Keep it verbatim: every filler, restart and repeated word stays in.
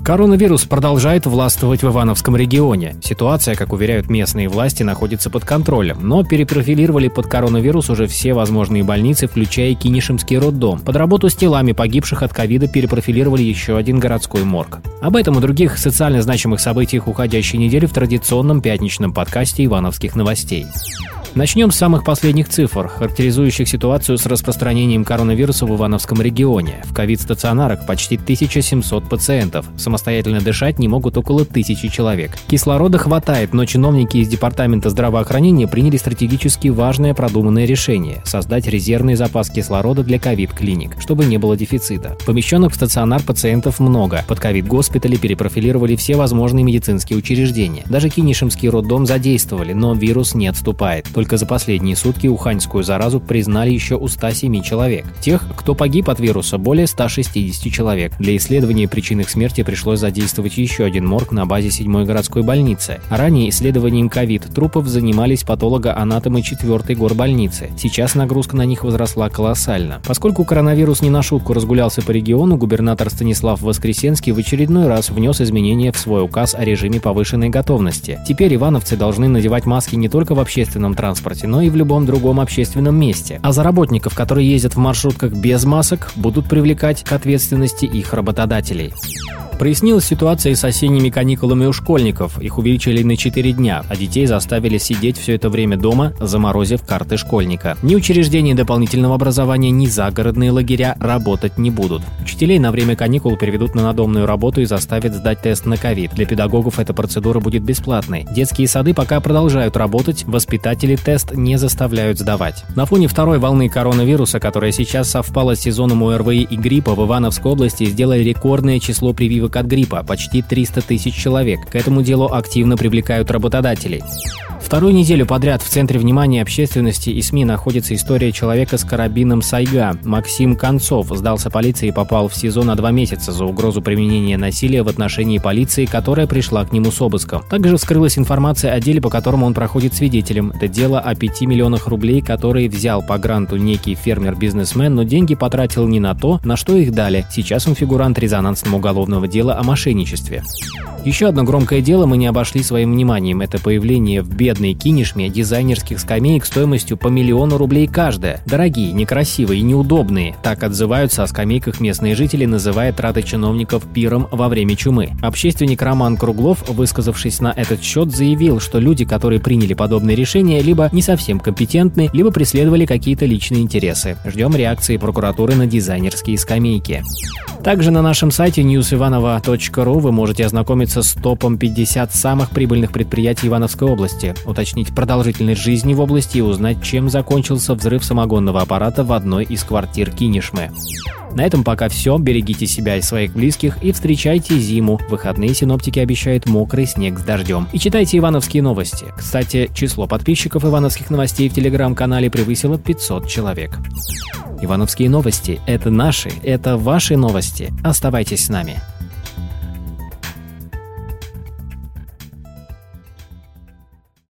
Коронавирус продолжает властвовать в Ивановском регионе. Ситуация, как уверяют местные власти, находится под контролем, но перепрофилировали под коронавирус уже все возможные больницы, включая Кинишемский роддом. Под работу с телами погибших от ковида перепрофилировали еще один городской морг. Об этом и других социально значимых событиях уходящей недели в традиционном пятничном подкасте «Ивановских новостей». Начнем с самых последних цифр, характеризующих ситуацию с распространением коронавируса в Ивановском регионе. В ковид-стационарах почти тысяча семьсот пациентов. Самостоятельно дышать не могут около тысячи человек. Кислорода хватает, но чиновники из Департамента здравоохранения приняли стратегически важное продуманное решение – создать резервный запас кислорода для ковид-клиник, чтобы не было дефицита. Помещенных в стационар пациентов много. Под ковид-госпитали перепрофилировали все возможные медицинские учреждения. Даже Кинишемский роддом задействовали, но вирус не отступает. Только за последние сутки уханьскую заразу признали еще у ста семи человек. Тех, кто погиб от вируса, более ста шестидесяти человек. Для исследования причин их смерти пришлось задействовать еще один морг на базе седьмой городской больницы. Ранее исследованием ковид-трупов занимались патологоанатомы четвертой горбольницы. Сейчас нагрузка на них возросла колоссально. Поскольку коронавирус не на шутку разгулялся по региону, губернатор Станислав Воскресенский в очередной раз внес изменения в свой указ о режиме повышенной готовности. Теперь ивановцы должны надевать маски не только в общественном транспорте, транспорте, но и в любом другом общественном месте. А за работников, которые ездят в маршрутках без масок, будут привлекать к ответственности их работодателей. Прояснилась ситуация с осенними каникулами у школьников. Их увеличили на четыре дня, а детей заставили сидеть все это время дома, заморозив карты школьника. Ни учреждения дополнительного образования, ни загородные лагеря работать не будут. Учителей на время каникул переведут на надомную работу и заставят сдать тест на ковид. Для педагогов эта процедура будет бесплатной. Детские сады пока продолжают работать, воспитатели тест не заставляют сдавать. На фоне второй волны коронавируса, которая сейчас совпала с сезоном ОРВИ и гриппа, в Ивановской области сделали рекордное число прививок от гриппа – почти триста тысяч человек. К этому делу активно привлекают работодателей. Вторую неделю подряд в центре внимания общественности и СМИ находится история человека с карабином «Сайга». Максим Концов сдался полиции и попал в СИЗО на два месяца за угрозу применения насилия в отношении полиции, которая пришла к нему с обыском. Также вскрылась информация о деле, по которому он проходит свидетелем. Это дело о пяти миллионах рублей, которые взял по гранту некий фермер-бизнесмен, но деньги потратил не на то, на что их дали. Сейчас он фигурант резонансного уголовного дела о мошенничестве. Еще одно громкое дело мы не обошли своим вниманием. Это появление в бедной Кинешме дизайнерских скамеек стоимостью по миллиону рублей каждая. Дорогие, некрасивые и неудобные. Так отзываются о скамейках местные жители, называя траты чиновников пиром во время чумы. Общественник Роман Круглов, высказавшись на этот счет, заявил, что люди, которые приняли подобные решения, либо не совсем компетентны, либо преследовали какие-то личные интересы. Ждем реакции прокуратуры на дизайнерские скамейки. Также на нашем сайте ньюс иваново точка ру вы можете ознакомиться с топом пятьдесят самых прибыльных предприятий Ивановской области, уточнить продолжительность жизни в области и узнать, чем закончился взрыв самогонного аппарата в одной из квартир Кинешмы. На этом пока все. Берегите себя и своих близких и встречайте зиму. В выходные синоптики обещают мокрый снег с дождем. И читайте ивановские новости. Кстати, число подписчиков ивановских новостей в телеграм-канале превысило пятьсот человек. Ивановские новости – это наши, это ваши новости. Оставайтесь с нами.